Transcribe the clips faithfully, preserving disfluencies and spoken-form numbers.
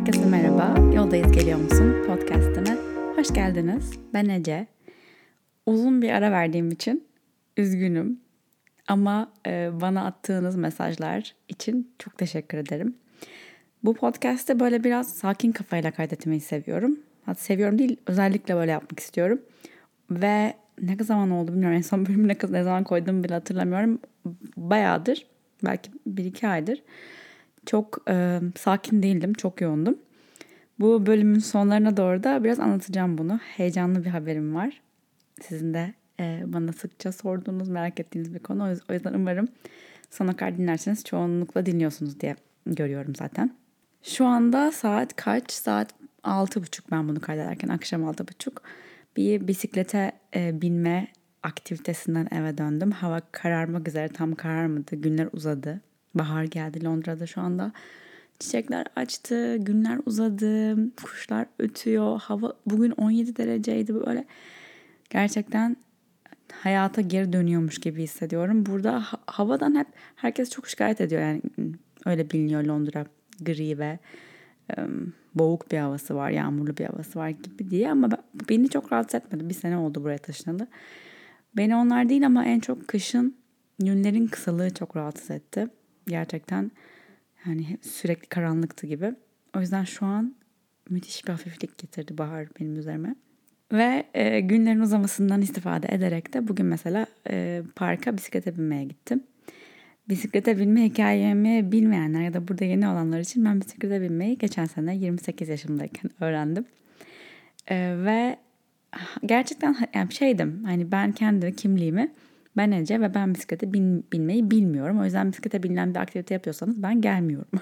Herkese merhaba, Yoldayız Geliyor Musun podcast'ine hoş geldiniz. Ben Ece. Uzun bir ara verdiğim için üzgünüm ama e, bana attığınız mesajlar için çok teşekkür ederim. Bu podcast'te böyle biraz sakin kafayla kaydetmeyi seviyorum. Hatta seviyorum değil, özellikle böyle yapmak istiyorum. Ve ne zaman oldu bilmiyorum, en son bölümü ne, ne zaman koyduğumu bile hatırlamıyorum. Bayağıdır, belki bir iki aydır. Çok e, sakin değildim, çok yoğundum. Bu bölümün sonlarına doğru da biraz anlatacağım bunu. Heyecanlı bir haberim var. Sizin de e, bana sıkça sorduğunuz, merak ettiğiniz bir konu. O yüzden umarım sonuna kadar dinlerseniz çoğunlukla dinliyorsunuz diye görüyorum zaten. Şu anda saat kaç? Saat altı buçuk ben bunu kaydederken. Akşam altı buçuk. Bir bisiklete e, binme aktivitesinden eve döndüm. Hava kararmak üzere, tam kararmadı. Günler uzadı. Bahar geldi Londra'da şu anda. Çiçekler açtı, günler uzadı, kuşlar ötüyor. Hava bugün on yedi dereceydi böyle. Gerçekten hayata geri dönüyormuş gibi hissediyorum. Burada ha- havadan hep herkes çok şikayet ediyor. Yani öyle biliniyor, Londra gri ve e, boğuk bir havası var, yağmurlu bir havası var gibi diye. Ama ben, beni çok rahatsız etmedi. Bir sene oldu buraya taşınalı. Beni onlar değil ama en çok kışın günlerin kısalığı çok rahatsız etti. Gerçekten yani sürekli karanlıktı gibi. O yüzden şu an müthiş bir hafiflik getirdi bahar benim üzerime. Ve e, günlerin uzamasından istifade ederek de bugün mesela e, parka bisiklete binmeye gittim. Bisiklete binme hikayemi bilmeyenler ya da burada yeni olanlar için ben bisiklete binmeyi geçen sene yirmi sekiz yaşımdayken öğrendim. E, ve gerçekten yani şeydim, hani ben kendi kimliğimi ben Ece ve ben bisiklete bin, binmeyi bilmiyorum. O yüzden bisiklete binilen bir aktivite yapıyorsanız ben gelmiyorum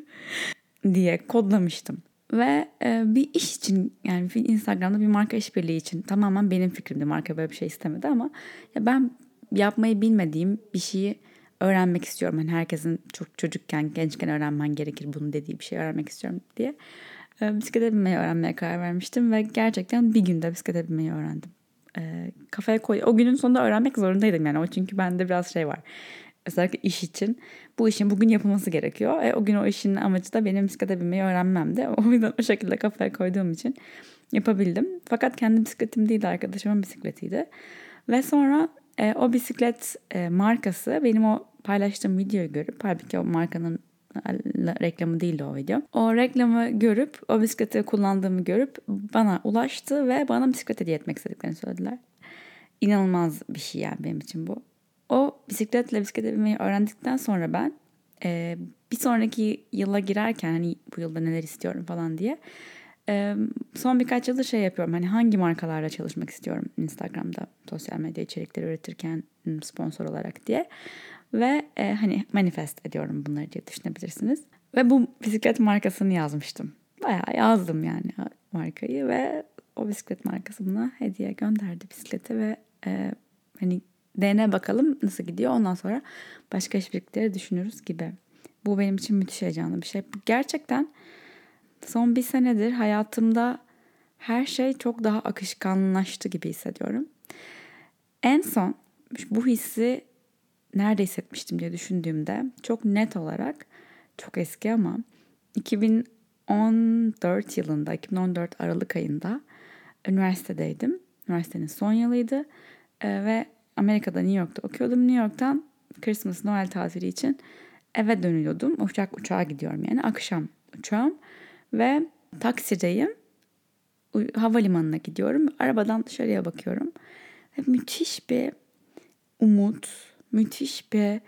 diye kodlamıştım. Ve e, bir iş için, yani Instagram'da bir marka işbirliği için, tamamen benim fikrimdi. Marka böyle bir şey istemedi ama ya ben yapmayı bilmediğim bir şeyi öğrenmek istiyorum. Yani herkesin çok çocukken, gençken öğrenmen gerekir bunu dediği bir şey öğrenmek istiyorum diye. E, bisiklete binmeyi öğrenmeye karar vermiştim ve gerçekten bir günde bisiklete binmeyi öğrendim. E, kafaya koy. O günün sonunda öğrenmek zorundaydım yani. O çünkü bende biraz şey var. Özellikle iş için. Bu işin bugün yapılması gerekiyor. E, o gün o işin amacı da benim bisiklete binmeyi öğrenmem de. O yüzden o şekilde kafaya koyduğum için yapabildim. Fakat kendi bisikletim değildi, arkadaşımın bisikletiydi. Ve sonra e, o bisiklet e, markası benim o paylaştığım videoyu görüp, halbuki o markanın reklamı değildi o video. O reklamı görüp, o bisikleti kullandığımı görüp bana ulaştı ve bana bisiklet hediye etmek istediklerini söylediler. İnanılmaz bir şey yani benim için bu. O bisikletle bisiklete binmeyi öğrendikten sonra ben e, bir sonraki yıla girerken, hani bu yılda neler istiyorum falan diye e, son birkaç yıldır şey yapıyorum. Hani hangi markalarla çalışmak istiyorum Instagram'da sosyal medya içerikleri üretirken sponsor olarak diye. Ve e, hani manifest ediyorum bunları diye düşünebilirsiniz. Ve bu bisiklet markasını yazmıştım. Bayağı yazdım yani markayı ve o bisiklet markası buna hediye gönderdi bisikleti ve e, hani dene bakalım nasıl gidiyor. Ondan sonra başka işbirlikleri düşünürüz gibi. Bu benim için müthiş heyecanlı bir şey. Gerçekten son bir senedir hayatımda her şey çok daha akışkanlaştı gibi hissediyorum. En son bu hissi nerede hissetmiştim diye düşündüğümde çok net olarak, çok eski ama iki bin on dört yılında, iki bin on dört Aralık ayında üniversitedeydim. Üniversitenin son yılıydı ee, ve Amerika'da, New York'ta okuyordum. New York'tan Christmas, Noel tatili için eve dönüyordum. Uçak uçağa gidiyorum yani, akşam uçağım ve taksideyim. Havalimanına gidiyorum. Arabadan dışarıya bakıyorum. Ve müthiş bir umut, müthiş bir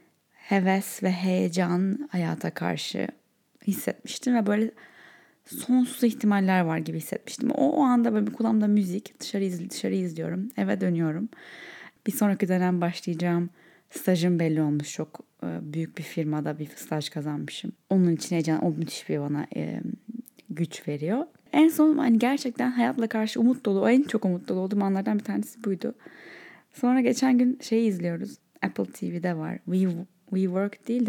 heves ve heyecan hayata karşı hissetmiştim ve böyle sonsuz ihtimaller var gibi hissetmiştim. O, o anda böyle bir kulağımda müzik, dışarı, iz, dışarı izliyorum, eve dönüyorum. Bir sonraki dönem başlayacağım. Stajım belli olmuş, çok e, büyük bir firmada bir staj kazanmışım. Onun için heyecan, o müthiş bir bana e, güç veriyor. En son hani gerçekten hayatla karşı umut dolu, o en çok umut dolu olduğum anlardan bir tanesi buydu. Sonra geçen gün şeyi izliyoruz. Apple T V'de var. We, WeWork değil de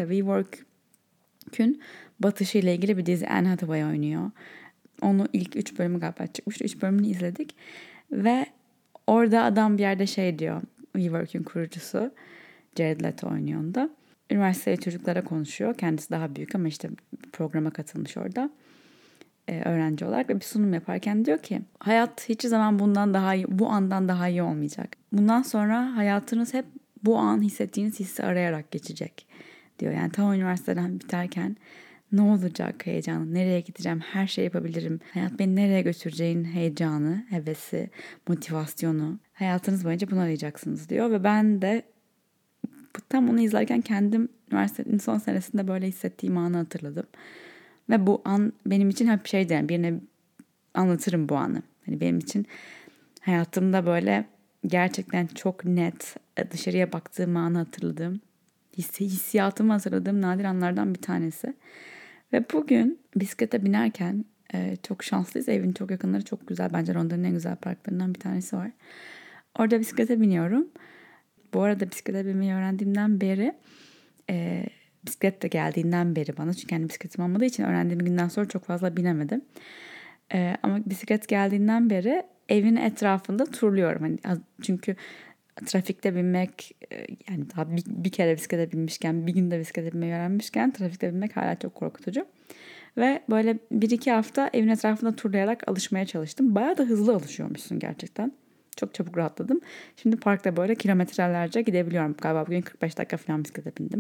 WeWork'ün batışı ile ilgili bir dizi. Anne Hathaway oynuyor. Onu ilk üç bölümü galiba çıkmıştı. Üç bölümünü izledik. Ve orada adam bir yerde şey diyor. WeWork'ün kurucusu Jared Leto oynuyor onda. Üniversiteli çocuklara konuşuyor. Kendisi daha büyük ama işte programa katılmış orada. e, öğrenci olarak ve bir sunum yaparken diyor ki hayat hiçbir zaman bundan daha iyi, bu andan daha iyi olmayacak. Bundan sonra hayatınız hep bu an hissettiğiniz hissi arayarak geçecek diyor. Yani tam üniversiteden biterken ne olacak heyecanı, nereye gideceğim, her şey yapabilirim, hayat beni nereye götüreceğin heyecanı, hevesi, motivasyonu, hayatınız boyunca bunu arayacaksınız diyor. Ve ben de tam onu izlerken kendim üniversitenin son senesinde böyle hissettiğim anı hatırladım. Ve bu an benim için hep şeydi, yani birine anlatırım bu anı. Hani benim için hayatımda böyle gerçekten çok net dışarıya baktığım anı hatırladığım, hissi, hissiyatımı hatırladığım nadir anlardan bir tanesi. Ve bugün bisiklete binerken e, çok şanslıyız. Evin çok yakınları çok güzel. Bence Londra'nın en güzel parklarından bir tanesi var. Orada bisiklete biniyorum. Bu arada bisiklete binmeyi öğrendiğimden beri, e, bisiklet de geldiğinden beri bana, çünkü kendi bisikletim olmadığı için öğrendiğim günden sonra çok fazla binemedim. E, ama bisiklet geldiğinden beri evin etrafında turluyorum. Hani, çünkü trafikte binmek, e, yani daha bir, bir kere bisiklete binmişken, bir günde bisiklete binmeyi öğrenmişken trafikte binmek hala çok korkutucu. Ve böyle bir iki hafta evin etrafında turlayarak alışmaya çalıştım. Bayağı da hızlı alışıyormuşsun gerçekten. Çok çabuk rahatladım. Şimdi parkta böyle kilometrelerce gidebiliyorum. Galiba bugün kırk beş dakika falan bisiklete bindim.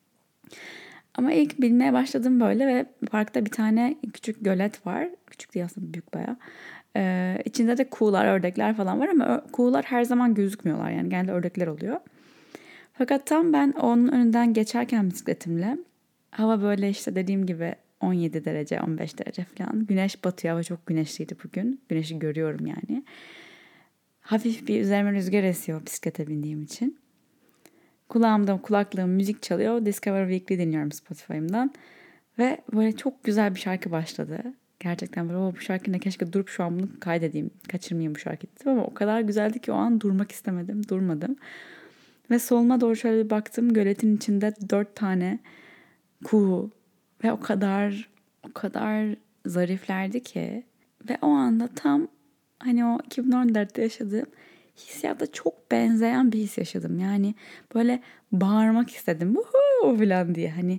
Ama ilk binmeye başladım böyle ve parkta bir tane küçük gölet var. Küçük değil aslında, büyük bayağı. Ee, içinde de kuğular, ördekler falan var ama kuğular her zaman gözükmüyorlar. Yani genelde ördekler oluyor. Fakat tam ben onun önünden geçerken bisikletimle, hava böyle işte dediğim gibi on yedi derece, on beş derece falan. Güneş batıyor. Hava çok güneşliydi bugün. Güneşi görüyorum yani. Hafif bir üzerime rüzgar esiyor bisiklete bindiğim için. Kulağımda kulaklığım müzik çalıyor. Discover Weekly dinliyorum Spotify'ımdan. Ve böyle çok güzel bir şarkı başladı. Gerçekten böyle o bu şarkı ne, keşke durup şu an bunu kaydedeyim. Kaçırmayayım bu şarkıyı dedim ama o kadar güzeldi ki o an durmak istemedim. Durmadım. Ve soluma doğru şöyle bir baktım. Göletin içinde dört tane kuğu. Ve o kadar o kadar zariflerdi ki. Ve o anda tam hani o iki bin on dörtte yaşadığım hissiyata çok benzeyen bir his yaşadım. Yani böyle bağırmak istedim. Vuhuu falan diye. Hani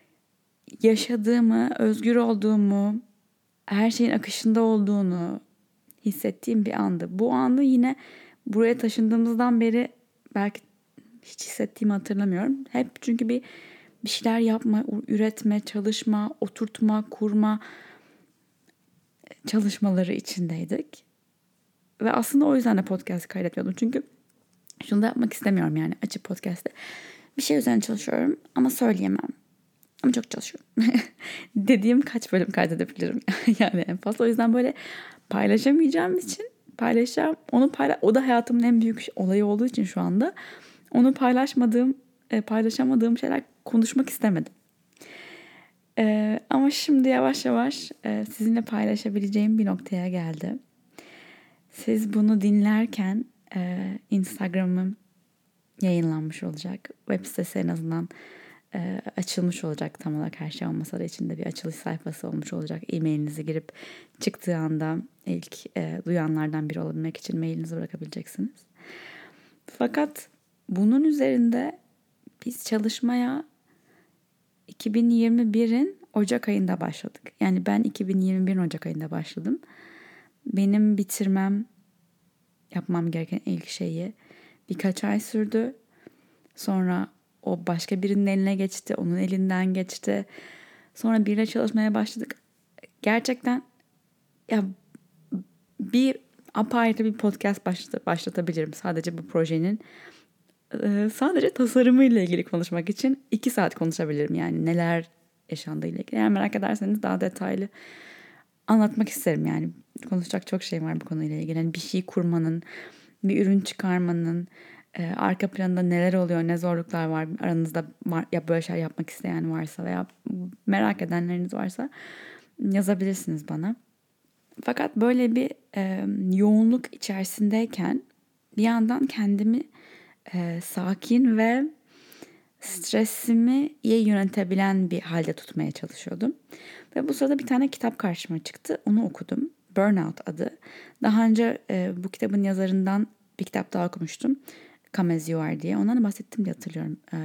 yaşadığımı, özgür olduğumu, her şeyin akışında olduğunu hissettiğim bir andı. Bu anı yine buraya taşındığımızdan beri belki hiç hissettiğimi hatırlamıyorum. Hep çünkü bir bir şeyler yapma, üretme, çalışma, oturtma, kurma çalışmaları içindeydik. Ve aslında o yüzden de podcast kaydetmiyordum. Çünkü şunu da yapmak istemiyorum, yani açıp podcast'te bir şey üzerine çalışıyorum ama söyleyemem. Ama çok çalışıyorum. Dediğim kaç bölüm kaydedebilirim. Yani en fazla. O yüzden böyle paylaşamayacağım için paylaşacağım. Onu paylaş o da hayatımın en büyük olayı olduğu için şu anda onu paylaşmadığım, paylaşamadığım şeyler konuşmak istemedim. Ee, ama şimdi yavaş yavaş e, sizinle paylaşabileceğim bir noktaya geldi. Siz bunu dinlerken e, Instagram'ım yayınlanmış olacak. Web sitesi en azından e, açılmış olacak, tam olarak her şey olmasa da içinde bir açılış sayfası olmuş olacak. E-mailinizi girip çıktığı anda ilk e, duyanlardan biri olabilmek için mailinizi bırakabileceksiniz. Fakat bunun üzerinde biz çalışmaya iki bin yirmi birin Ocak ayında başladık. Yani ben iki bin yirmi birin Ocak ayında başladım. Benim bitirmem, yapmam gereken ilk şeyi birkaç ay sürdü. Sonra o başka birinin eline geçti, onun elinden geçti. Sonra biriyle çalışmaya başladık. Gerçekten ya bir apayrı bir podcast başlat- başlatabilirim. Sadece bu projenin sadece tasarımıyla ilgili konuşmak için iki saat konuşabilirim. Yani neler yaşandığıyla ilgili. Eğer merak ederseniz daha detaylı anlatmak isterim yani. Konuşacak çok şey var bu konuyla ilgili. Yani bir şey kurmanın, bir ürün çıkarmanın, e, arka planında neler oluyor, ne zorluklar var aranızda, var, ya böyle şeyler yapmak isteyen varsa veya merak edenleriniz varsa yazabilirsiniz bana. Fakat böyle bir e, yoğunluk içerisindeyken bir yandan kendimi e, sakin ve stresimi iyi yönetebilen bir halde tutmaya çalışıyordum. Ve bu sırada bir tane kitap karşıma çıktı. Onu okudum. Burnout adı. Daha önce e, bu kitabın yazarından bir kitap daha okumuştum. Come As You Are diye. Ondan da bahsettim diye hatırlıyorum e,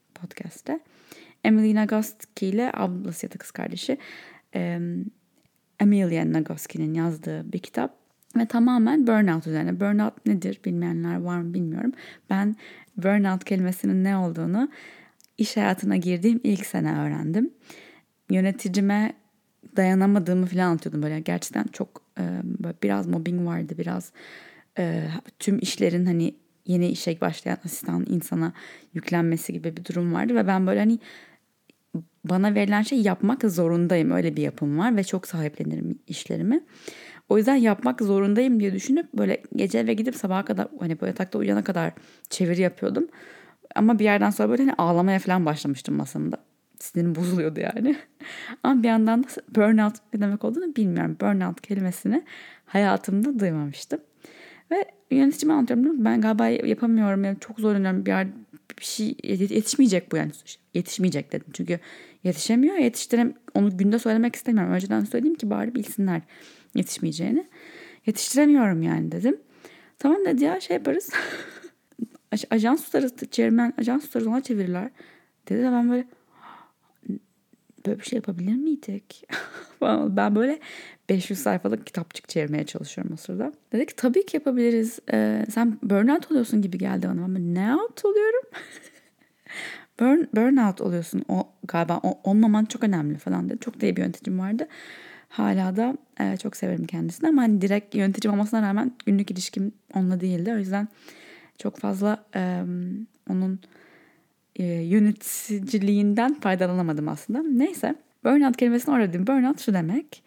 podcast'te. Emily Nagoski ile ablası ya da kız kardeşi. E, Emilia Nagoski'nin yazdığı bir kitap ve tamamen burnout üzerine. Burnout nedir bilmeyenler var mı bilmiyorum. Ben burnout kelimesinin ne olduğunu iş hayatına girdiğim ilk sene öğrendim. Yöneticime dayanamadığımı falan anlatıyordum böyle. Gerçekten çok e, böyle biraz mobbing vardı, biraz e, tüm işlerin hani yeni işe başlayan asistan insana yüklenmesi gibi bir durum vardı ve ben böyle hani bana verilen şey yapmak zorundayım. Öyle bir yapım var ve çok sahiplenirim işlerimi. O yüzden yapmak zorundayım diye düşünüp böyle gece eve gidip sabaha kadar hani böyle yatakta uyuyana kadar çeviri yapıyordum. Ama bir yerden sonra böyle hani ağlamaya falan başlamıştım masamda. Sinirim bozuluyordu yani. Ama bir yandan da burnout ne demek olduğunu bilmiyorum. Burnout kelimesini hayatımda duymamıştım. Ve yöneticime anlatıyorum. Ben galiba yapamıyorum. Yani çok zorlanıyorum. Bir yer bir şey yetişmeyecek bu yani. Yetişmeyecek dedim. Çünkü yetişemiyor. Yetiştirem onu günde söylemek istemiyorum. Önceden söyleyeyim ki bari bilsinler yetişmeyeceğini. Yetiştiremiyorum yani dedim. Tamam dedi ya şey yaparız. Ajans tutarız. Çevirmen ajans tutarız ona çevirirler. Dedi de ben böyle böyle bir şey yapabilir miydik? Ben böyle beş yüz sayfalık kitapçık çevirmeye çalışıyorum o sırada. Dedi ki tabii ki yapabiliriz. Ee, sen burnout oluyorsun gibi geldi bana. Ben ne out oluyorum? Burn, burnout oluyorsun. O galiba o, olmaman çok önemli falan dedi. Çok da iyi bir yöneticim vardı. Hala da e, çok severim kendisini ama hani direkt yöneticim olmasına rağmen günlük ilişkim onunla değildi. O yüzden çok fazla e, onun e, yöneticiliğinden faydalanamadım aslında. Neyse. Burnout kelimesini öğrendim. Burnout şu demek.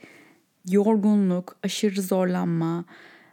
Yorgunluk, aşırı zorlanma,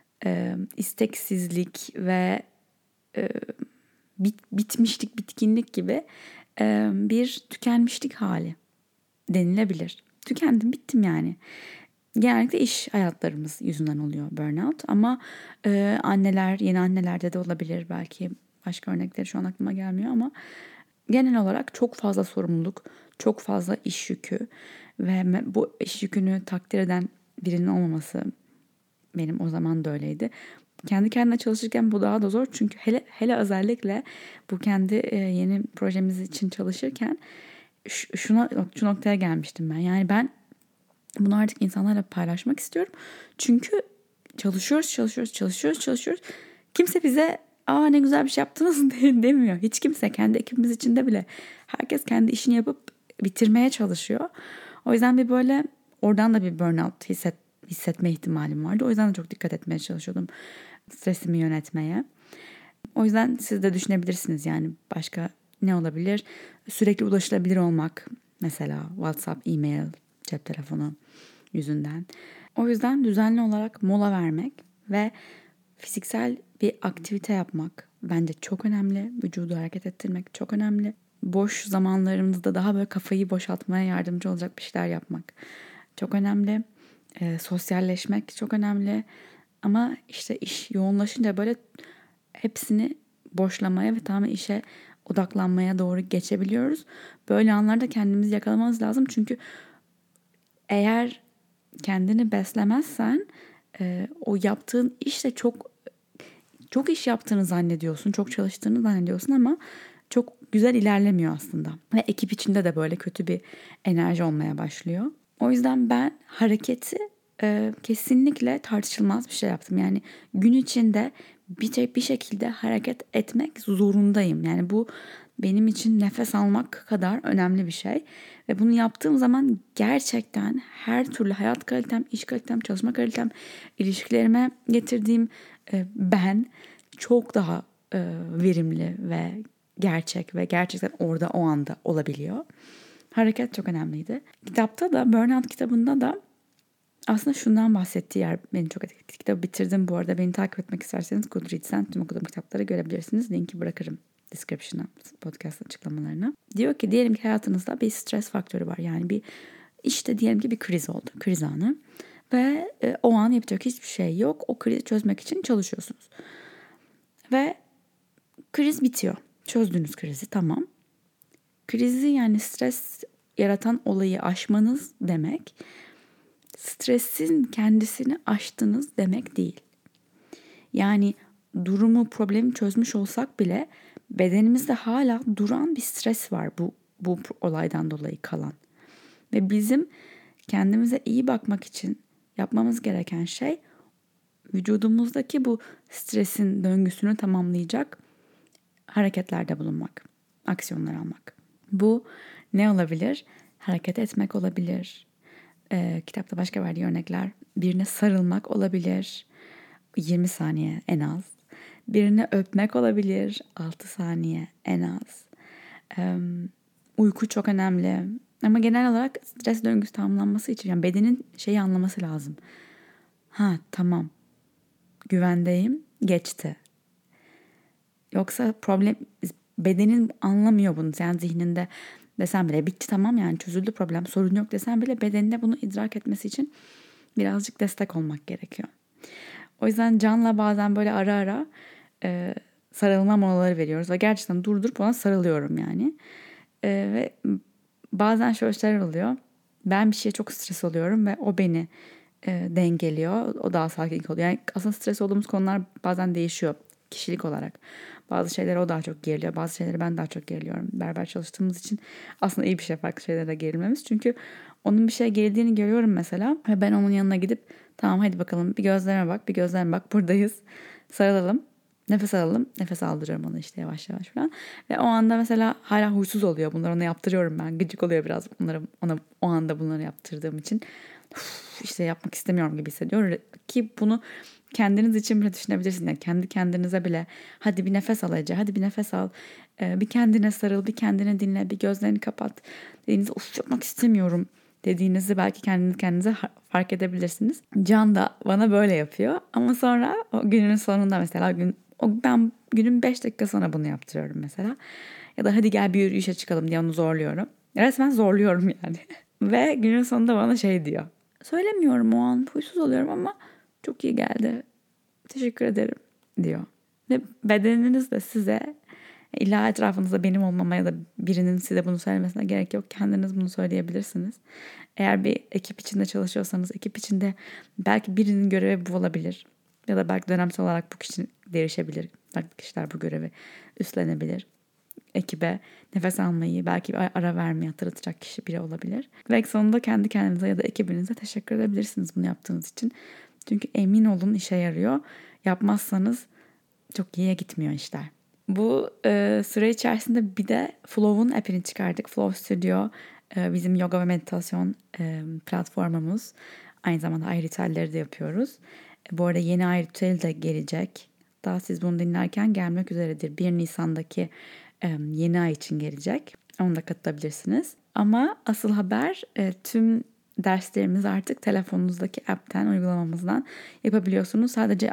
e, isteksizlik ve e, bit, bitmişlik, bitkinlik gibi e, bir tükenmişlik hali denilebilir. Tükendim, bittim yani. Genellikle iş hayatlarımız yüzünden oluyor burnout ama e, anneler, yeni annelerde de olabilir belki. Başka örnekleri şu an aklıma gelmiyor ama genel olarak çok fazla sorumluluk, çok fazla iş yükü ve bu iş yükünü takdir eden birinin olmaması benim o zaman da öyleydi. Kendi kendine çalışırken bu daha da zor çünkü hele hele özellikle bu kendi e, yeni projemiz için çalışırken şuna şu noktaya gelmiştim ben. Yani ben bunu artık insanlarla paylaşmak istiyorum. Çünkü çalışıyoruz, çalışıyoruz, çalışıyoruz, çalışıyoruz. Kimse bize aa ne güzel bir şey yaptınız demiyor. Hiç kimse kendi ekibimiz içinde bile. Herkes kendi işini yapıp bitirmeye çalışıyor. O yüzden bir böyle oradan da bir burnout hisset, hissetme ihtimalim vardı. O yüzden de çok dikkat etmeye çalışıyordum stresimi yönetmeye. O yüzden siz de düşünebilirsiniz yani başka ne olabilir? Sürekli ulaşılabilir olmak mesela WhatsApp, e-mail, cep telefonu yüzünden. O yüzden düzenli olarak mola vermek ve fiziksel bir aktivite yapmak bence çok önemli. Vücudu hareket ettirmek çok önemli. Boş zamanlarımızda daha böyle kafayı boşaltmaya yardımcı olacak bir şeyler yapmak çok önemli. E, sosyalleşmek çok önemli. Ama işte iş yoğunlaşınca böyle hepsini boşlamaya ve tamamen işe odaklanmaya doğru geçebiliyoruz. Böyle anlarda kendimizi yakalamamız lazım. Çünkü eğer kendini beslemezsen e, o yaptığın işte çok çok iş yaptığını zannediyorsun, çok çalıştığını zannediyorsun ama çok güzel ilerlemiyor aslında. Ve ekip içinde de böyle kötü bir enerji olmaya başlıyor. O yüzden ben hareketi e, kesinlikle tartışılmaz bir şey yaptım. Yani gün içinde bir, bir şekilde hareket etmek zorundayım. Yani bu benim için nefes almak kadar önemli bir şey. Ve bunu yaptığım zaman gerçekten her türlü hayat kalitem, iş kalitem, çalışma kalitem, ilişkilerime getirdiğim e, ben çok daha e, verimli ve gerçek ve gerçekten orada o anda olabiliyor. Hareket çok önemliydi. Kitapta da Burnout kitabında da aslında şundan bahsettiği yer beni çok etkiledi. Kitabı bitirdim bu arada. Beni takip etmek isterseniz Goodreads'ten tüm okuduğum kitapları görebilirsiniz. Linki bırakırım description'a, podcast açıklamalarına. Diyor ki diyelim ki hayatınızda bir stres faktörü var. Yani bir işte diyelim ki bir kriz oldu. Kriz anı. Ve e, o an yapacak hiçbir şey yok. O krizi çözmek için çalışıyorsunuz. Ve kriz bitiyor. Çözdünüz krizi, tamam. Krizi yani stres yaratan olayı aşmanız demek stresin kendisini aştınız demek değil. Yani durumu, problemi çözmüş olsak bile bedenimizde hala duran bir stres var bu, bu olaydan dolayı kalan. Ve bizim kendimize iyi bakmak için yapmamız gereken şey vücudumuzdaki bu stresin döngüsünü tamamlayacak hareketlerde bulunmak, aksiyonlar almak. Bu ne olabilir? Hareket etmek olabilir. Ee, kitapta başka verdiği örnekler. Birine sarılmak olabilir. yirmi saniye en az. Birini öpmek olabilir. altı saniye en az. Ee, uyku çok önemli. Ama genel olarak stres döngüsü tamamlanması için yani bedenin şeyi anlaması lazım. Ha tamam. Güvendeyim. Geçti. Yoksa problem bedenin anlamıyor bunu. Sen zihninde desen bile bitti tamam yani çözüldü problem sorun yok desen bile bedeninde bunu idrak etmesi için birazcık destek olmak gerekiyor. O yüzden Can'la bazen böyle ara ara e, sarılma molaları veriyoruz ve gerçekten durdurup ona sarılıyorum yani. E, ve bazen şöyle şeyler oluyor. Ben bir şeye çok stres oluyorum ve o beni e, dengeliyor. O daha sakin oluyor. Yani aslında stres olduğumuz konular bazen değişiyor kişilik olarak. Bazı şeylere o daha çok geriliyor. Bazı şeylere ben daha çok geriliyorum. Beraber çalıştığımız için aslında iyi bir şey farklı şeylere de gerilmemiz. Çünkü onun bir şeye gerildiğini görüyorum mesela. Ve ben onun yanına gidip tamam hadi bakalım bir gözlerime bak bir gözlerime bak buradayız. Sarılalım. Nefes alalım. Nefes aldırıyorum ona işte yavaş yavaş falan. Ve o anda mesela hala huysuz oluyor. Bunları ona yaptırıyorum ben. Gıcık oluyor biraz bunları, ona o anda bunları yaptırdığım için. Uf, işte yapmak istemiyorum gibi hissediyor. Ki bunu kendiniz için bile düşünebilirsiniz. Yani kendi kendinize bile hadi bir nefes al Ece, hadi bir nefes al. Ee, bir kendine sarıl, bir kendini dinle, bir gözlerini kapat. Dediğinizde of yapmak istemiyorum dediğinizi belki kendiniz kendinize fark edebilirsiniz. Can da bana böyle yapıyor. Ama sonra o günün sonunda mesela gün o ben günün beş dakika sonra bunu yaptırıyorum mesela. Ya da hadi gel bir yürüyüşe çıkalım diye onu zorluyorum. Resmen zorluyorum yani. Ve günün sonunda bana şey diyor. Söylemiyorum o an huysuz oluyorum ama çok iyi geldi. Teşekkür ederim diyor. Ve bedeniniz de size illa etrafınızda benim olmama ya da birinin size bunu söylemesine gerek yok. Kendiniz bunu söyleyebilirsiniz. Eğer bir ekip içinde çalışıyorsanız ekip içinde belki birinin görevi bu olabilir. Ya da belki dönemsel olarak bu kişi değişebilir. Farklı kişiler bu görevi üstlenebilir. Ekibe nefes almayı, belki bir ara vermeyi hatırlatacak kişi biri olabilir. Ve sonunda kendi kendinize ya da ekibinize teşekkür edebilirsiniz bunu yaptığınız için. Çünkü emin olun işe yarıyor. Yapmazsanız çok iyiye gitmiyor işler. Bu e, süre içerisinde bir de Flow'un app'ini çıkardık. Flow Studio e, bizim yoga ve meditasyon e, platformumuz. Aynı zamanda ay ritüelleri de yapıyoruz. E, bu arada yeni ay ritüeli de gelecek. Daha siz bunu dinlerken gelmek üzeredir. bir Nisan'daki e, yeni ay için gelecek. Onu da katılabilirsiniz. Ama asıl haber e, tüm derslerimiz artık telefonunuzdaki app'ten, uygulamamızdan yapabiliyorsunuz. Sadece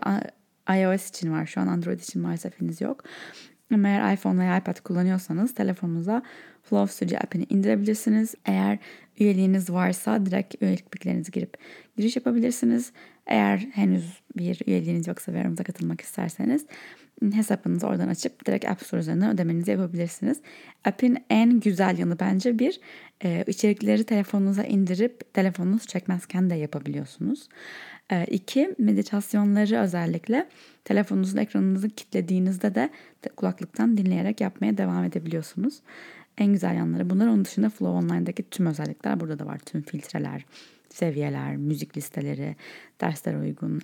iOS için var. Şu an Android için maalesef henüz yok. Ama eğer iPhone veya iPad kullanıyorsanız telefonunuza Flow Studio app'ini indirebilirsiniz. Eğer üyeliğiniz varsa direkt üyelik bilgilerinizi girip giriş yapabilirsiniz. Eğer henüz bir üyeliğiniz yoksa ve aramıza katılmak isterseniz hesabınızı oradan açıp direkt App Store üzerinden ödemenizi yapabilirsiniz. App'in en güzel yanı bence bir, e, içerikleri telefonunuza indirip telefonunuz çekmezken de yapabiliyorsunuz. E, iki, meditasyonları özellikle telefonunuzun ekranınızı kilitlediğinizde de kulaklıktan dinleyerek yapmaya devam edebiliyorsunuz. En güzel yanları bunlar. Onun dışında Flow Online'daki tüm özellikler burada da var. Tüm filtreler, seviyeler, müzik listeleri, derslere uygun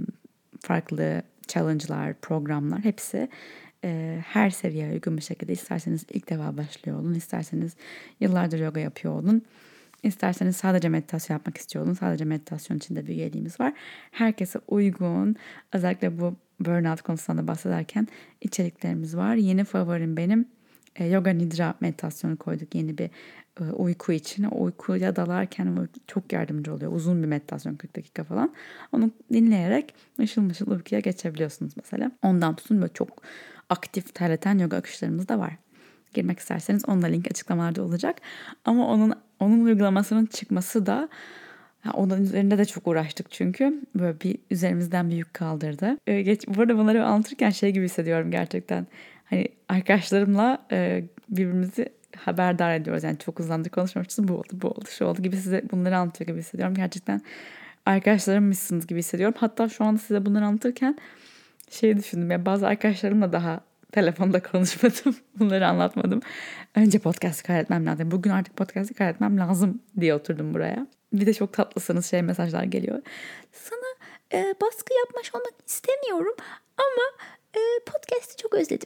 farklı challenge'lar, programlar hepsi e, her seviyeye uygun bir şekilde isterseniz ilk defa başlıyor olun, isterseniz yıllardır yoga yapıyor olun, isterseniz sadece meditasyon yapmak istiyor olun. Sadece meditasyon için de bir üyeliğimiz var. Herkese uygun, özellikle bu burnout konusundan bahsederken içeriklerimiz var. Yeni favorim benim e, Yoga Nidra meditasyonu koyduk yeni bir e, uyku için. O uykuya dalarken çok yardımcı oluyor. Uzun bir meditasyon kırk dakika falan. Onu dinleyerek mışıl mışıl uykuya geçebiliyorsunuz mesela. Ondan tutun böyle çok aktif terleten yoga akışlarımız da var. Girmek isterseniz onun da link açıklamalarda olacak. Ama onun onun uygulamasının çıkması da onun üzerinde de çok uğraştık çünkü. Böyle bir üzerimizden bir yük kaldırdı. Ee, geç, bu arada bunları anlatırken şey gibi hissediyorum gerçekten. Hani arkadaşlarımla e, birbirimizi haberdar ediyoruz. Yani çok hızlandı konuşmam için bu oldu, bu oldu, şu oldu gibi size bunları anlatıyor gibi hissediyorum. Gerçekten arkadaşlarımmışsınız gibi hissediyorum. Hatta şu anda size bunları anlatırken şey düşündüm. Ya bazı arkadaşlarımla daha telefonda konuşmadım. Bunları anlatmadım. Önce podcast kaydetmem lazım. Bugün artık podcast kaydetmem lazım diye oturdum buraya. Bir de çok tatlısınız, şey mesajlar geliyor. Sana e, baskı yapmış olmak istemiyorum ama e, podcast'i çok özledim.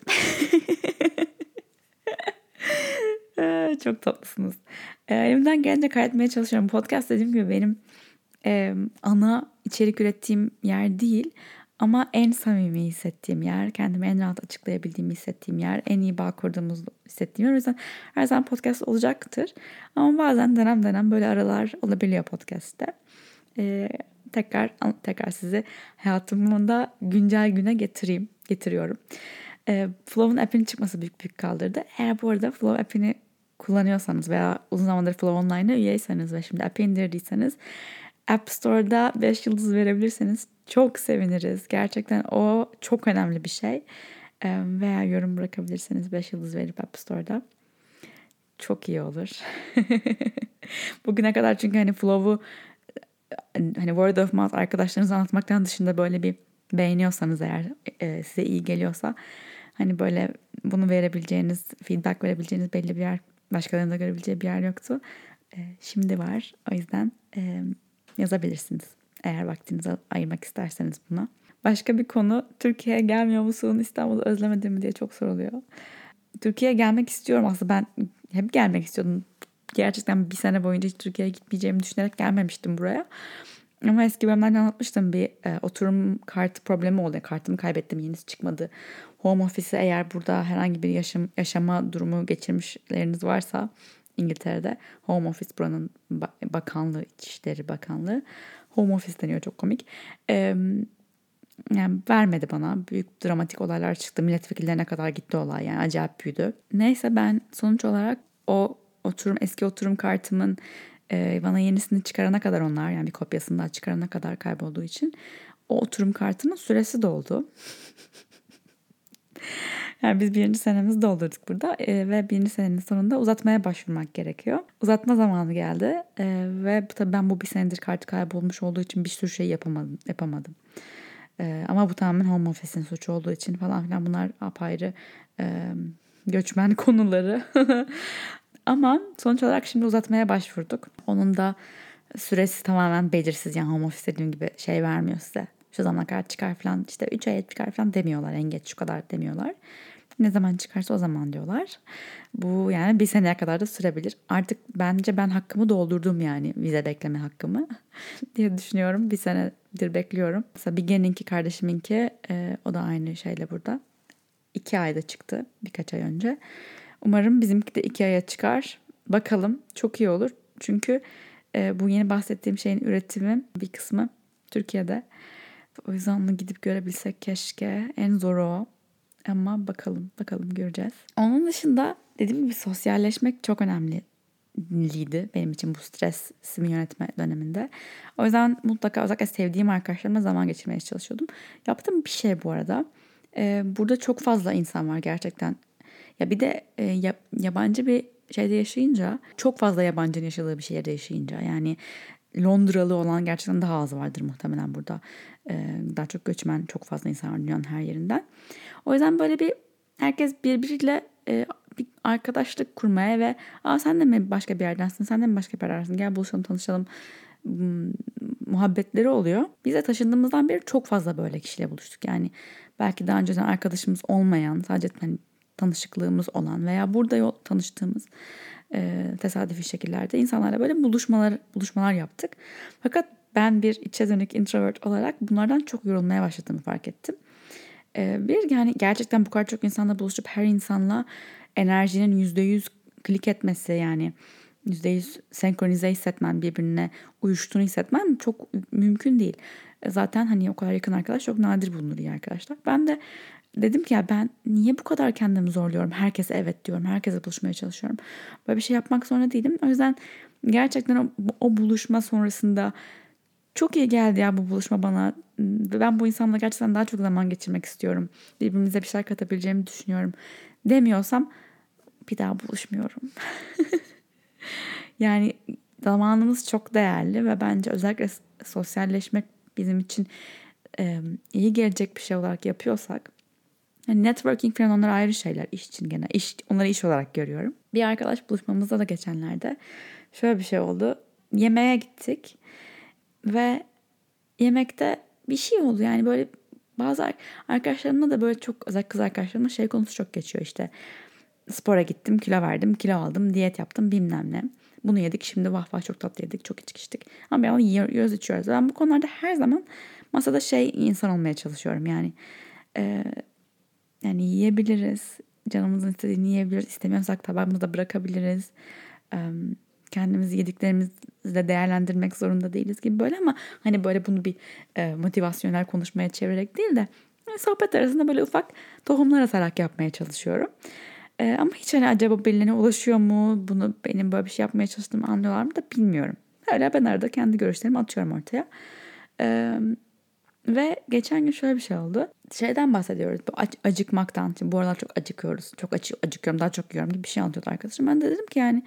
e, çok tatlısınız. E, elimden gelince kaydetmeye çalışıyorum. Podcast dediğim gibi benim e, ana içerik ürettiğim yer değil. Ama en samimi hissettiğim yer, kendimi en rahat açıklayabildiğimi hissettiğim yer, en iyi bağ kurduğumuzu hissettiğim yer. O yüzden her zaman podcast olacaktır. Ama bazen dönem dönem böyle aralar olabiliyor podcast'te. Ee, tekrar tekrar sizi hayatımda güncel güne getireyim, getiriyorum. Ee, Flow'un app'inin çıkması büyük büyük kaldırdı. Eğer bu arada Flow app'ini kullanıyorsanız veya uzun zamandır Flow Online'a üyeyseniz ve şimdi app'i indirdiyseniz App Store'da beş yıldız verebilirseniz çok seviniriz. Gerçekten o çok önemli bir şey. Ee, veya yorum bırakabilirseniz beş yıldız verip App Store'da çok iyi olur. Bugüne kadar çünkü hani Flow'u hani word of mouth arkadaşlarınıza anlatmaktan dışında böyle bir beğeniyorsanız eğer e, size iyi geliyorsa hani böyle bunu verebileceğiniz, feedback verebileceğiniz belli bir yer, başkalarının da görebileceği bir yer yoktu. E, şimdi var. O yüzden e, yazabilirsiniz. Eğer vaktinizi ayırmak isterseniz buna. Başka bir konu, Türkiye'ye gelmiyor musun, İstanbul'u özlemedin mi diye çok soruluyor. Türkiye'ye gelmek istiyorum aslında, ben hep gelmek istiyordum. Gerçekten bir sene boyunca hiç Türkiye'ye gitmeyeceğimi düşünerek gelmemiştim buraya. Ama eski bölümlerde anlatmıştım, bir e, oturum kartı problemi oldu. Kartımı kaybettim, yenisi çıkmadı. Home office'e eğer burada herhangi bir yaşam, yaşama durumu geçirmişleriniz varsa İngiltere'de Home Office buranın bakanlığı, İçişleri Bakanlığı. Home Office deniyor, çok komik. Ee, yani vermedi bana. Büyük dramatik olaylar çıktı. Milletvekillerine kadar gitti olay, yani acayip büyüdü. Neyse ben sonuç olarak o oturum eski oturum kartımın e, bana yenisini çıkarana kadar, onlar yani bir kopyasını daha çıkarana kadar kaybolduğu için o oturum kartının süresi doldu. Yani biz birinci senemizi doldurduk burada e, ve birinci senenin sonunda uzatmaya başvurmak gerekiyor. Uzatma zamanı geldi e, ve tabii ben bu bir senedir kartı kaybolmuş olduğu için bir sürü şey yapamadım. yapamadım. E, ama bu tamamen home office'in suçu olduğu için falan filan, bunlar apayrı e, göçmen konuları. Ama sonuç olarak şimdi uzatmaya başvurduk. Onun da süresi tamamen belirsiz, yani home office dediğim gibi şey vermiyor size. Şu zamana kadar çıkar falan, işte üç aya çıkar falan demiyorlar. En geç şu kadar demiyorlar. Ne zaman çıkarsa o zaman diyorlar. Bu yani bir seneye kadar da sürebilir. Artık bence ben hakkımı doldurdum, yani vize bekleme hakkımı diye düşünüyorum. Bir senedir bekliyorum. Mesela Bilge'ninki, kardeşiminki e, o da aynı şeyle burada. İki ayda çıktı birkaç ay önce. Umarım bizimki de iki aya çıkar. Bakalım, çok iyi olur. Çünkü e, bu yeni bahsettiğim şeyin üretimi bir kısmı Türkiye'de. O yüzden onu gidip görebilsek keşke. En zoru o. Ama bakalım, bakalım göreceğiz. Onun dışında dediğim gibi sosyalleşmek çok önemliydi benim için bu stresimi yönetme döneminde. O yüzden mutlaka özellikle sevdiğim arkadaşlarımla zaman geçirmeye çalışıyordum. Yaptığım bir şey bu arada. Ee, burada çok fazla insan var gerçekten. Ya bir de e, yabancı bir şeyde yaşayınca, çok fazla yabancının yaşadığı bir şehirde yaşayınca, yani Londralı olan gerçekten daha az vardır muhtemelen burada. Ee, daha çok göçmen, çok fazla insan var dünyanın her yerinden. O yüzden böyle bir herkes birbiriyle e, bir arkadaşlık kurmaya ve aa sen de mi başka bir yerdensin, sen de mi başka bir yerdensin, gel buluşalım, tanışalım m- muhabbetleri oluyor. Bize taşındığımızdan beri çok fazla böyle kişiyle buluştuk. Yani belki daha önceden arkadaşımız olmayan, sadece hani tanışıklığımız olan veya burada yol tanıştığımız e, tesadüfi şekillerde insanlarla böyle buluşmalar buluşmalar yaptık. Fakat ben bir içe dönük introvert olarak bunlardan çok yorulmaya başladığımı fark ettim. E, bir yani gerçekten bu kadar çok insanla buluşup her insanla enerjinin yüzde yüz klik etmesi, yani yüzde yüz senkronize hissetmen, birbirine uyuştuğunu hissetmen çok mümkün değil. Zaten hani o kadar yakın arkadaş çok nadir bulunur, iyi arkadaşlar. Ben de dedim ki ya ben niye bu kadar kendimi zorluyorum? Herkese evet diyorum. Herkese buluşmaya çalışıyorum. Böyle bir şey yapmak zorunda değilim. O yüzden gerçekten o, o buluşma sonrasında çok iyi geldi ya bu buluşma bana. Ve ben bu insanla gerçekten daha çok zaman geçirmek istiyorum. Birbirimize bir şeyler katabileceğimi düşünüyorum demiyorsam bir daha buluşmuyorum. Yani zamanımız çok değerli ve bence özellikle sosyalleşmek bizim için e, iyi gelecek bir şey olarak yapıyorsak, yani networking falan onlar ayrı şeyler, iş için gene iş, onları iş olarak görüyorum. Bir arkadaş buluşmamızda da geçenlerde şöyle bir şey oldu. yemeğe gittik ve yemekte bir şey oldu. Yani böyle bazı arkadaşlarımla da böyle çok, özellikle kız arkadaşlarımla şey konusu çok geçiyor işte. Spora gittim, kilo verdim, kilo aldım, diyet yaptım bilmem ne. Bunu yedik, şimdi vah vah çok tatlı yedik, çok içki içtik. Ama ben onu yiyoruz, içiyoruz. Ben bu konularda her zaman masada şey insan olmaya çalışıyorum. Yani e, yani yiyebiliriz, canımızın istediğini yiyebiliriz, istemiyorsak tabağımızda bırakabiliriz. E, kendimizi yediklerimizle değerlendirmek zorunda değiliz gibi böyle, ama hani böyle bunu bir e, motivasyonel konuşmaya çevirerek değil de yani sohbet arasında böyle ufak tohumlar atarak yapmaya çalışıyorum. Ee, ama hiç hani acaba birilerine ulaşıyor mu? Bunu benim böyle bir şey yapmaya çalıştığımı anlıyorlar mı da bilmiyorum. Öyle ben arada kendi görüşlerimi atıyorum ortaya. Ee, ve geçen gün şöyle bir şey oldu. Şeyden bahsediyoruz. Bu ac- acıkmaktan. Şimdi bu aralar çok acıkıyoruz. Çok acı acıkıyorum, daha çok yiyorum gibi bir şey anlatıyordu arkadaşım. Ben de dedim ki yani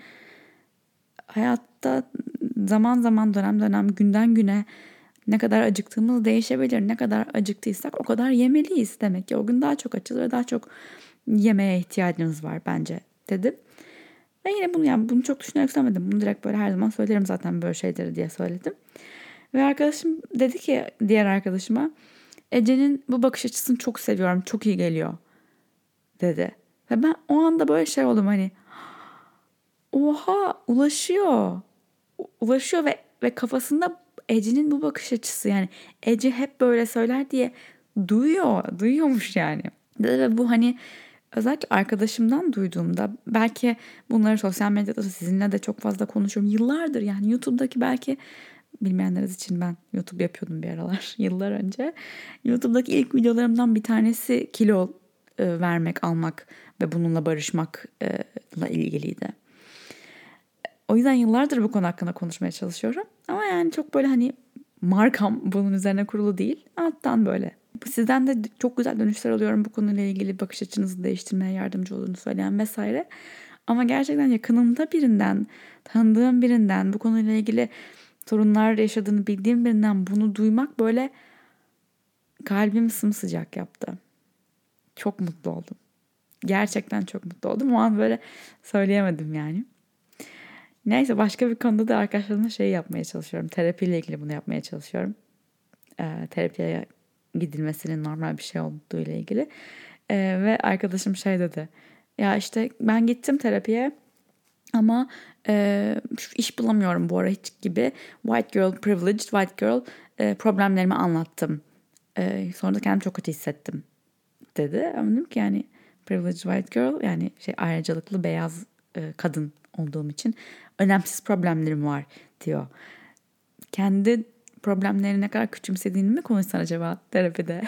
hayatta zaman zaman, dönem dönem, günden güne ne kadar acıktığımız değişebilir. Ne kadar acıktıysak o kadar yemeliyiz demek ki. O gün daha çok açız ve daha çok yemeğe ihtiyacımız var bence dedim. Ve yine bunu yani bunu çok düşünerek söylemedim. Bunu direkt böyle her zaman söylerim zaten böyle şeyleri diye söyledim. Ve arkadaşım dedi ki diğer arkadaşıma, Ece'nin bu bakış açısını çok seviyorum. Çok iyi geliyor dedi. Ve ben o anda böyle şey oldum, hani oha, ulaşıyor. Ulaşıyor ve ve kafasında Ece'nin bu bakış açısı, yani Ece hep böyle söyler diye duyuyor. Duyuyormuş yani. Ve bu hani özellikle arkadaşımdan duyduğumda, belki bunları sosyal medyada sizinle de çok fazla konuşuyorum. Yıllardır yani YouTube'daki, belki bilmeyenleriniz için ben YouTube yapıyordum bir aralar yıllar önce. YouTube'daki ilk videolarımdan bir tanesi kilo e, vermek, almak ve bununla barışmakla ilgiliydi. O yüzden yıllardır bu konu hakkında konuşmaya çalışıyorum. Ama yani çok böyle hani markam bunun üzerine kurulu değil. Alttan böyle. Sizden de çok güzel dönüşler alıyorum bu konuyla ilgili, bakış açınızı değiştirmeye yardımcı olduğunu söyleyen vesaire. Ama gerçekten yakınımda birinden, tanıdığım birinden, bu konuyla ilgili sorunlar yaşadığını bildiğim birinden bunu duymak böyle kalbimi sımsıcak yaptı. Çok mutlu oldum. Gerçekten çok mutlu oldum. O an böyle söyleyemedim yani. Neyse, başka bir konuda da arkadaşlarımla şey yapmaya çalışıyorum. Terapiyle ilgili bunu yapmaya çalışıyorum. Ee, terapiye gidilmesinin normal bir şey olduğu ile ilgili. Ee, ve arkadaşım şey dedi. Ya işte ben gittim terapiye ama e, iş bulamıyorum bu ara hiç gibi. White girl privileged, white girl e, problemlerimi anlattım. E, sonra da kendimi çok kötü hissettim dedi. Ama dedim ki yani privileged white girl, yani şey ayrıcalıklı beyaz e, kadın olduğum için önemsiz problemlerim var diyor. Kendi problemlerini ne kadar küçümsediğini mi konuşsan acaba terapide?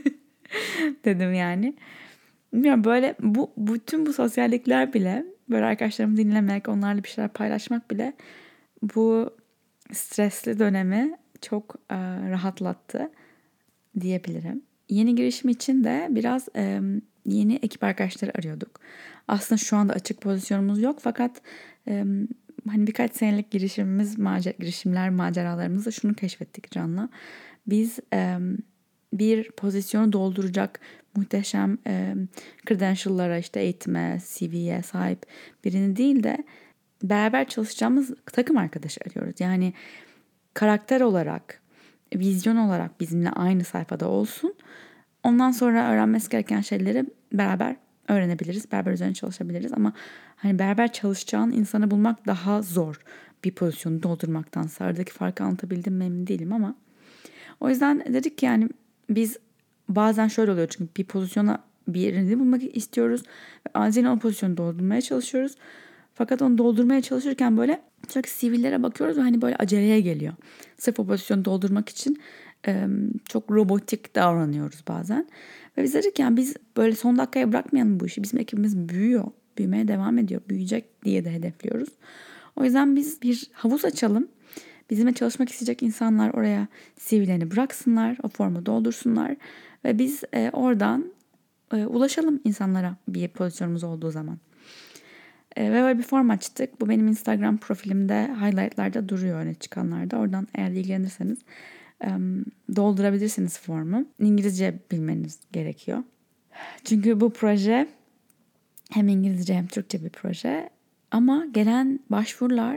Dedim yani. Bilmiyorum, böyle bu bütün bu sosyallikler bile, böyle arkadaşlarımı dinlemek, onlarla bir şeyler paylaşmak bile bu stresli dönemi çok e, rahatlattı diyebilirim. Yeni girişim için de biraz e, yeni ekip arkadaşları arıyorduk. Aslında şu anda açık pozisyonumuz yok, fakat e, hani birkaç senelik girişimimiz, macer, girişimler, maceralarımızda şunu keşfettik Can'la. Biz e, bir pozisyonu dolduracak muhteşem e, credential'lara, işte eğitime, C V'ye sahip birini değil de beraber çalışacağımız takım arkadaşı arıyoruz. Yani karakter olarak, vizyon olarak bizimle aynı sayfada olsun. Ondan sonra öğrenmesi gereken şeyleri beraber öğrenebiliriz. Beraber üzerine çalışabiliriz. Ama hani beraber çalışacağın insanı bulmak daha zor bir pozisyonu doldurmaktansa. Aradaki farkı anlatabildim mi emin değilim ama. O yüzden dedik ki yani biz bazen şöyle oluyor, çünkü bir pozisyona birini bulmak istiyoruz. Ve acilen o pozisyonu doldurmaya çalışıyoruz. Fakat onu doldurmaya çalışırken böyle sürekli C V'lere bakıyoruz ve hani böyle aceleye geliyor. Sırf o pozisyonu doldurmak için e, çok robotik davranıyoruz bazen. Ve biz dedik yani biz böyle son dakikaya bırakmayalım bu işi. Bizim ekibimiz büyüyor, büyümeye devam ediyor, büyüyecek diye de hedefliyoruz. O yüzden biz bir havuz açalım. Bizimle çalışmak isteyecek insanlar oraya C V'lerini bıraksınlar, o formu doldursunlar ve biz e, oradan e, ulaşalım insanlara bir pozisyonumuz olduğu zaman. E, ve böyle bir form açtık. Bu benim Instagram profilimde highlightlarda duruyor, öne çıkanlarda. Oradan eğer ilgilenirseniz e, doldurabilirsiniz formu. İngilizce bilmeniz gerekiyor. Çünkü bu proje hem İngilizce hem Türkçe bir proje. Ama gelen başvurular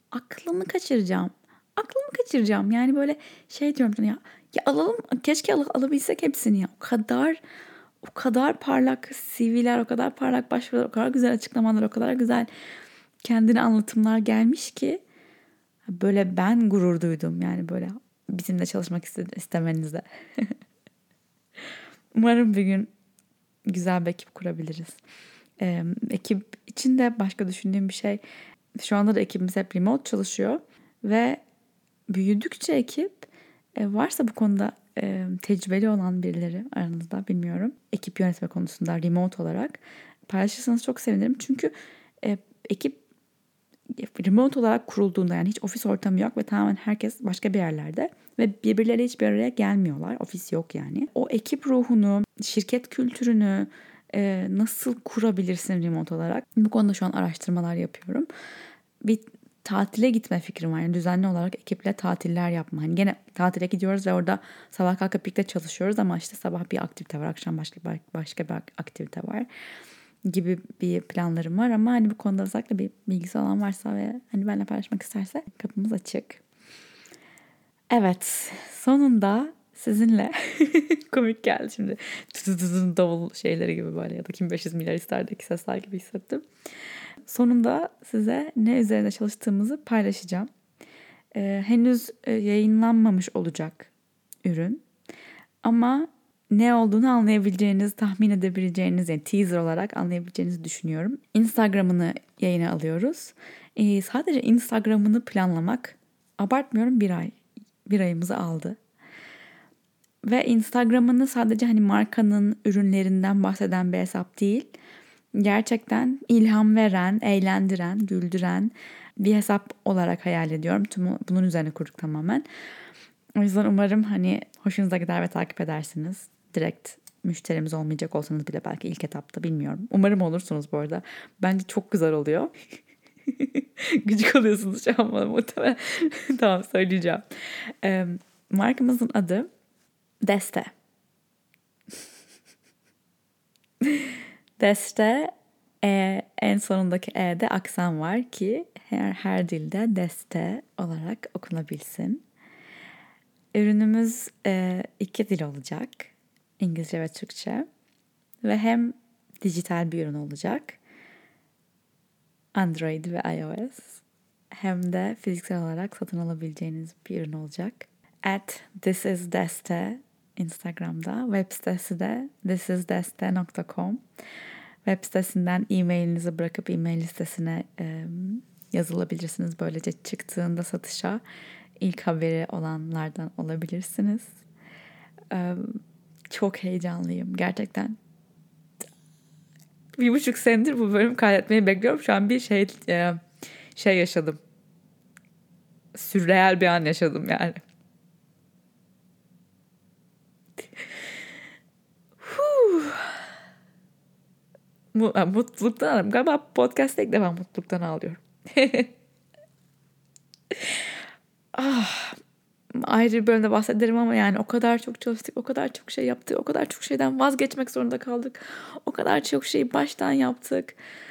aklımı kaçıracağım. Aklımı kaçıracağım. Yani böyle şey diyorum ya, ya alalım, keşke al, alabilsek hepsini ya. O kadar o kadar parlak C V'ler, o kadar parlak başvurular, o kadar güzel açıklamalar, o kadar güzel kendine anlatımlar gelmiş ki böyle ben gurur duydum yani böyle bizimle çalışmak istemenize. Umarım bir gün güzel bir ekip kurabiliriz. Ee, ekip içinde başka düşündüğüm bir şey, şu anda da ekibimiz hep remote çalışıyor ve büyüdükçe ekip e, varsa bu konuda e, tecrübeli olan birileri aranızda, bilmiyorum, ekip yönetme konusunda remote olarak paylaşırsanız çok sevinirim. Çünkü e, ekip remote olarak kurulduğunda, yani hiç ofis ortamı yok ve tamamen herkes başka bir yerlerde ve birbirleriyle hiçbir araya gelmiyorlar. Ofis yok yani. O ekip ruhunu, şirket kültürünü e, nasıl kurabilirsin remote olarak? Bu konuda şu an araştırmalar yapıyorum. Bir tatile gitme fikrim var. Yani düzenli olarak ekiple tatiller yapma. Hani gene tatile gidiyoruz ve orada sabah kalkıp birlikte çalışıyoruz ama işte sabah bir aktivite var, akşam başka başka bir aktivite var gibi bir planlarım var ama hani bu konuda özellikle bir bilgisi olan varsa ve hani benimle paylaşmak isterse kapımız açık. Evet, sonunda sizinle komik geldi şimdi. Davul şeyleri gibi böyle ya da kim beş yüz milyar isterdeki sesler gibi hissettim. Sonunda size ne üzerine çalıştığımızı paylaşacağım. Ee, henüz yayınlanmamış olacak ürün. Ama ne olduğunu anlayabileceğiniz, tahmin edebileceğiniz, yani teaser olarak anlayabileceğinizi düşünüyorum. Instagram'ını yayına alıyoruz. Ee, sadece Instagram'ını planlamak, abartmıyorum, bir ay. Bir ayımızı aldı. Ve Instagram'ını sadece hani markanın ürünlerinden bahseden bir hesap değil, gerçekten ilham veren, eğlendiren, güldüren bir hesap olarak hayal ediyorum. Tüm bunun üzerine kurduk tamamen. O yüzden umarım hani hoşunuza gider ve takip edersiniz. Direkt müşterimiz olmayacak olsanız bile belki ilk etapta, bilmiyorum. Umarım olursunuz bu arada. Bence çok güzel oluyor. Gıcık oluyorsunuz şu an bana muhtemelen. Tamam, söyleyeceğim. Ee, markamızın adı Deste. Deste, e, en sonundaki e'de aksan var ki her, her dilde deste olarak okunabilsin. Ürünümüz e, iki dil olacak. İngilizce ve Türkçe. Ve hem dijital bir ürün olacak. Android ve iOS. Hem de fiziksel olarak satın alabileceğiniz bir ürün olacak. At thisisdeste Instagram'da. Web sitesi de thisisdeste nokta com. Web sitesinden e-mailinizi bırakıp e-mail listesine e, yazılabilirsiniz. Böylece çıktığında satışa ilk haberi olanlardan olabilirsiniz. E, çok heyecanlıyım gerçekten. Bir buçuk senedir bu bölüm kaydetmeyi bekliyorum. Şu an bir şey e, şey yaşadım. Sürreel bir an yaşadım yani. Mutluluktan ağlıyorum. Galiba podcast'ta ilk defa mutluluktan ağlıyorum. ah, ayrı bir bölümde bahsederim ama yani o kadar çok çalıştık, o kadar çok şey yaptık, o kadar çok şeyden vazgeçmek zorunda kaldık. O kadar çok şeyi baştan yaptık.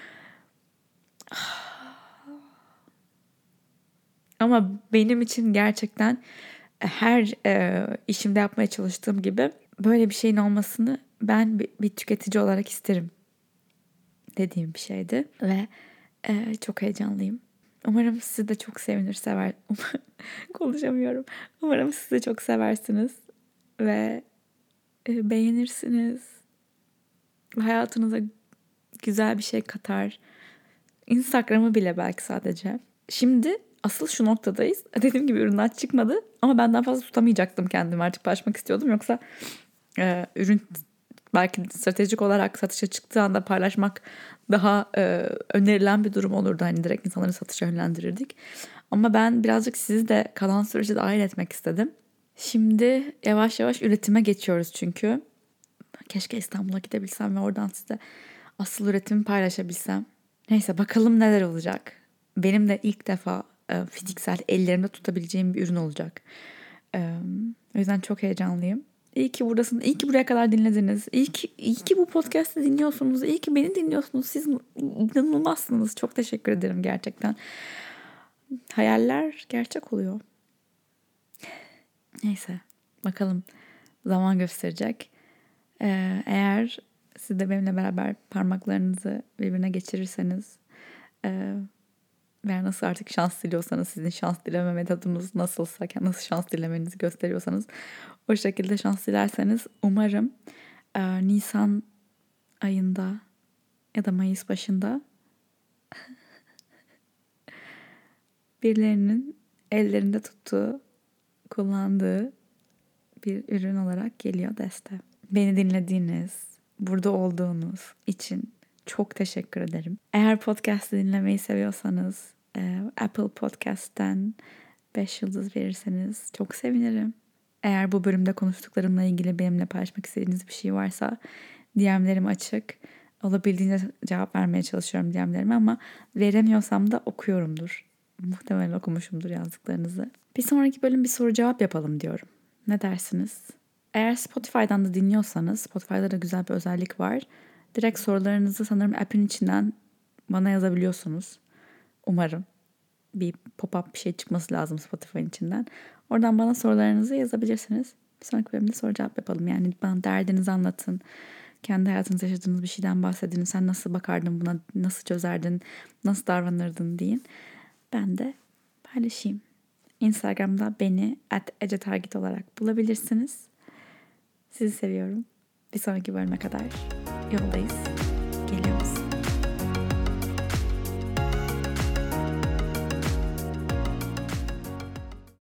Ama benim için gerçekten her e, işimde yapmaya çalıştığım gibi böyle bir şeyin olmasını ben bir, bir tüketici olarak isterim dediğim bir şeydi ve e, çok heyecanlıyım. Umarım sizi de çok sevinir, sever. Konuşamıyorum. Umarım sizi de çok seversiniz ve e, beğenirsiniz. Hayatınıza güzel bir şey katar. Instagram'ı bile belki sadece. Şimdi asıl şu noktadayız. Dediğim gibi ürünler çıkmadı ama ben daha fazla tutamayacaktım kendimi. Artık paylaşmak istiyordum. Yoksa e, ürün belki stratejik olarak satışa çıktığı anda paylaşmak daha e, önerilen bir durum olurdu. Hani direkt insanları satışa yönlendirirdik. Ama ben birazcık sizi de kalan sürece dahil etmek istedim. Şimdi yavaş yavaş üretime geçiyoruz çünkü. Keşke İstanbul'a gidebilsem ve oradan size asıl üretimi paylaşabilsem. Neyse, bakalım neler olacak. Benim de ilk defa e, fiziksel ellerimde tutabileceğim bir ürün olacak. E, o yüzden çok heyecanlıyım. İyi ki buradasınız. İyi ki buraya kadar dinlediniz. İyi ki, iyi ki bu podcast'ı dinliyorsunuz. İyi ki beni dinliyorsunuz. Siz inanılmazsınız. Çok teşekkür ederim gerçekten. hayaller gerçek oluyor. Neyse, bakalım zaman gösterecek. Ee, eğer siz de benimle beraber parmaklarınızı birbirine geçirirseniz e, veya nasıl artık şans diliyorsanız, sizin şans dileme metodunuz nasılsa, nasıl şans dilemenizi gösteriyorsanız o şekilde şans dilerseniz umarım e, Nisan ayında ya da Mayıs başında birilerinin ellerinde tuttuğu, kullandığı bir ürün olarak geliyor deste. Beni dinlediğiniz, burada olduğunuz için çok teşekkür ederim. Eğer podcast'ı dinlemeyi seviyorsanız e, Apple Podcast'ten beş yıldız verirseniz çok sevinirim. Eğer bu bölümde konuştuklarımla ilgili benimle paylaşmak istediğiniz bir şey varsa D M'lerim açık. Olabildiğince cevap vermeye çalışıyorum D M'lerime ama veremiyorsam da okuyorumdur. Muhtemelen okumuşumdur yazdıklarınızı. Bir sonraki bölüm bir soru cevap yapalım diyorum. Ne dersiniz? Eğer Spotify'dan da dinliyorsanız, Spotify'da da güzel bir özellik var. Direkt sorularınızı sanırım app'in içinden bana yazabiliyorsunuz. Umarım. Bir pop-up bir şey çıkması lazım Spotify'ın içinden. Oradan bana sorularınızı yazabilirsiniz. Bir sonraki bölümde soru cevap yapalım. Yani bana derdinizi anlatın. Kendi hayatınızda yaşadığınız bir şeyden bahsedin. Sen nasıl bakardın buna, nasıl çözerdin, nasıl davranırdın deyin. Ben de paylaşayım. Instagram'da beni at ecetargit olarak bulabilirsiniz. Sizi seviyorum. Bir sonraki bölüme kadar yoldayız.